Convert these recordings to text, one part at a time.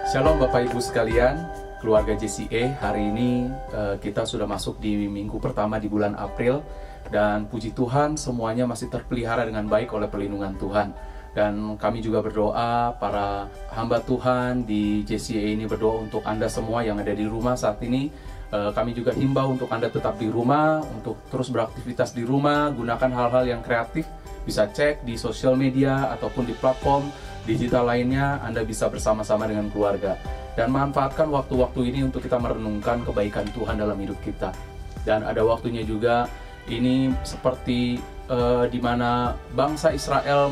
Shalom Bapak Ibu sekalian, keluarga JCE. Hari ini kita sudah masuk di minggu pertama di bulan April. Dan puji Tuhan semuanya masih terpelihara dengan baik oleh perlindungan Tuhan. Dan kami juga berdoa, para hamba Tuhan di JCE ini berdoa untuk Anda semua yang ada di rumah saat ini. Kami juga himbau untuk Anda tetap di rumah, untuk terus beraktivitas di rumah, gunakan hal-hal yang kreatif. Bisa cek di sosial media ataupun di platform digital lainnya. Anda bisa bersama-sama dengan keluarga. Dan manfaatkan waktu-waktu ini untuk kita merenungkan kebaikan Tuhan dalam hidup kita. Dan ada waktunya juga, ini seperti di mana bangsa Israel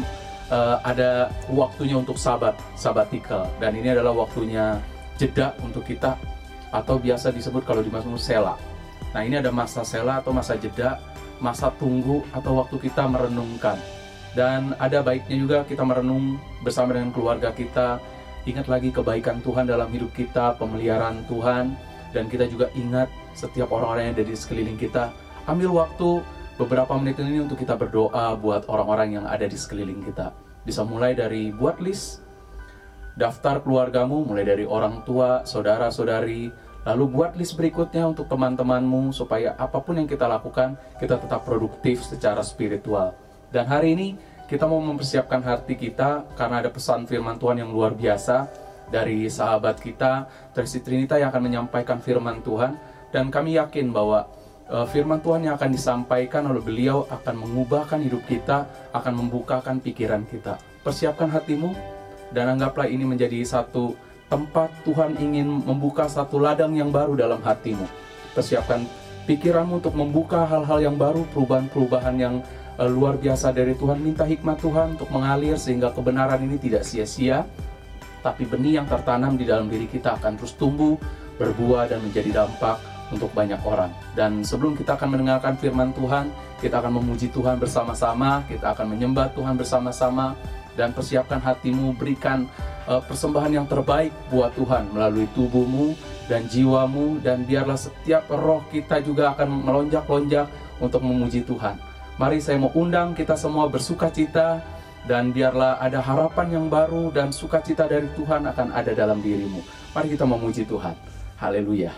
ada waktunya untuk sabbatical. Dan ini adalah waktunya jeda untuk kita, atau biasa disebut kalau di Mazmur Sela. Nah, ini ada masa Sela atau masa jeda, masa tunggu atau waktu kita merenungkan. Dan ada baiknya juga kita merenung bersama dengan keluarga kita. Ingat lagi kebaikan Tuhan dalam hidup kita, pemeliharaan Tuhan. Dan kita juga ingat setiap orang-orang yang ada di sekeliling kita. Ambil waktu beberapa menit ini untuk kita berdoa buat orang-orang yang ada di sekeliling kita. Bisa mulai dari buat list daftar keluargamu, mulai dari orang tua, saudara-saudari, lalu buat list berikutnya untuk teman-temanmu, supaya apapun yang kita lakukan, kita tetap produktif secara spiritual. Dan hari ini, kita mau mempersiapkan hati kita, karena ada pesan firman Tuhan yang luar biasa, dari sahabat kita, Tracy Trinita, yang akan menyampaikan firman Tuhan. Dan kami yakin bahwa firman Tuhan yang akan disampaikan oleh beliau akan mengubahkan hidup kita, akan membukakan pikiran kita. Persiapkan hatimu, dan anggaplah ini menjadi satu tempat Tuhan ingin membuka satu ladang yang baru dalam hatimu. Persiapkan pikiranmu untuk membuka hal-hal yang baru, perubahan-perubahan yang luar biasa dari Tuhan. Minta hikmat Tuhan untuk mengalir sehingga kebenaran ini tidak sia-sia, tapi benih yang tertanam di dalam diri kita akan terus tumbuh, berbuah, dan menjadi dampak untuk banyak orang. Dan sebelum kita akan mendengarkan firman Tuhan, kita akan memuji Tuhan bersama-sama, kita akan menyembah Tuhan bersama-sama. Dan persiapkan hatimu, berikan persembahan yang terbaik buat Tuhan melalui tubuhmu dan jiwamu. Dan biarlah setiap roh kita juga akan melonjak-lonjak untuk memuji Tuhan. Mari saya mau undang kita semua bersukacita, dan biarlah ada harapan yang baru dan sukacita dari Tuhan akan ada dalam dirimu. Mari kita memuji Tuhan. Haleluya.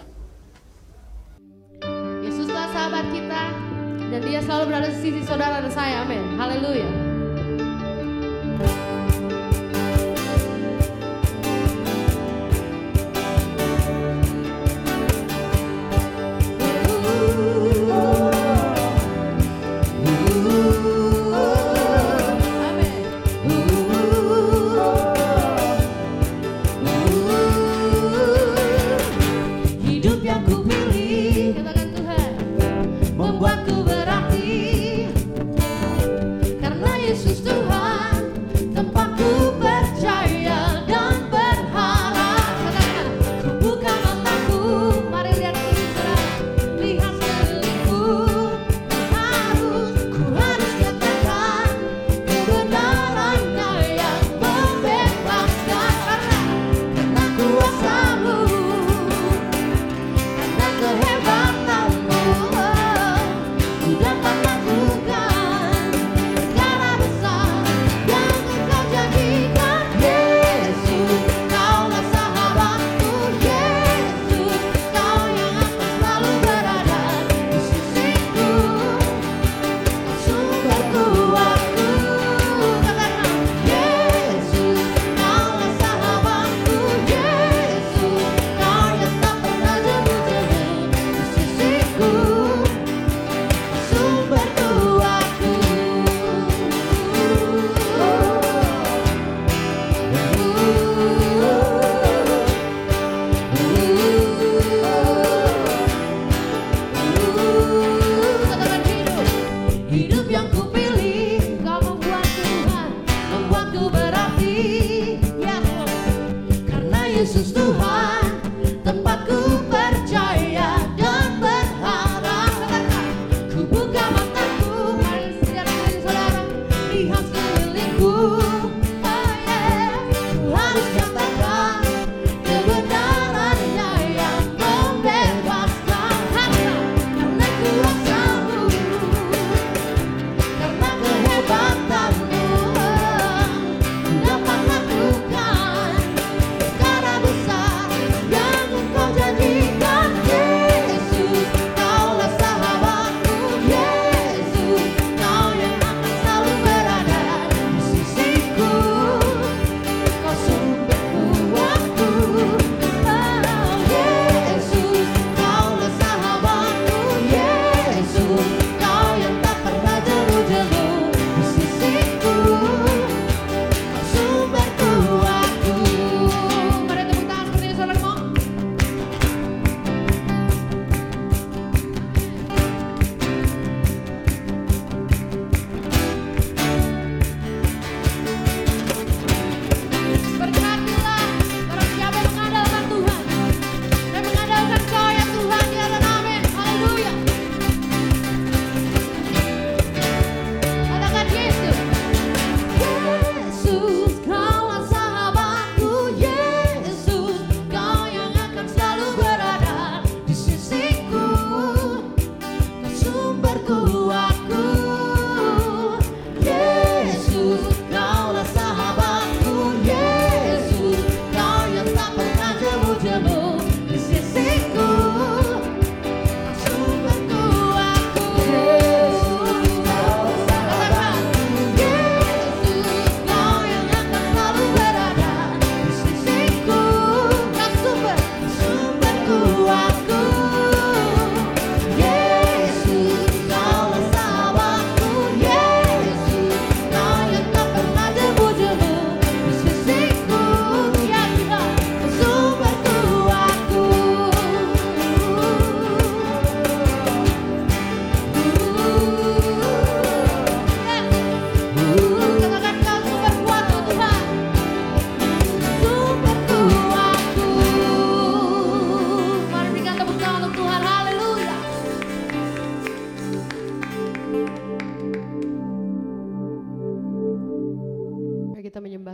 Yesuslah sahabat kita, dan Dia selalu berada di sisi saudara dan saya. Amin. Haleluya. Membuatku berarti, karena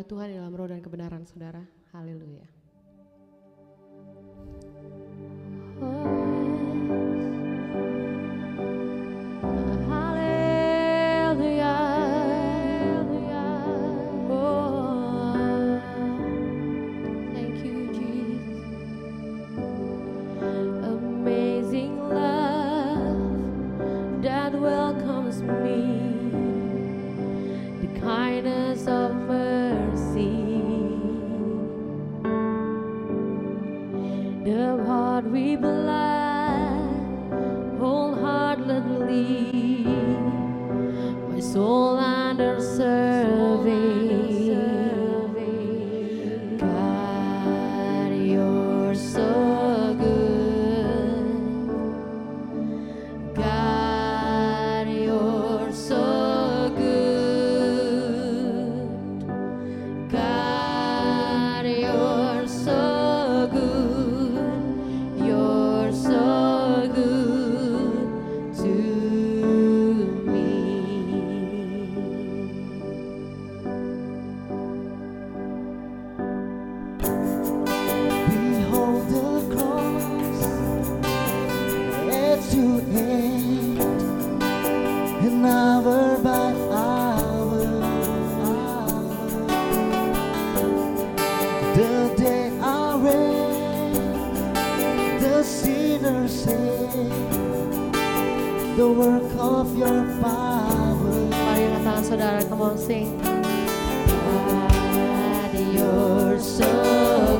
menyembah Tuhan di dalam roh dan kebenaran saudara. Haleluya. Kindness of mercy, the heart we blind wholeheartedly, my soul under serving. God, you're so good. God, you're so the work of your power. Mari angkat tangan saudara, come on sing. God, you're so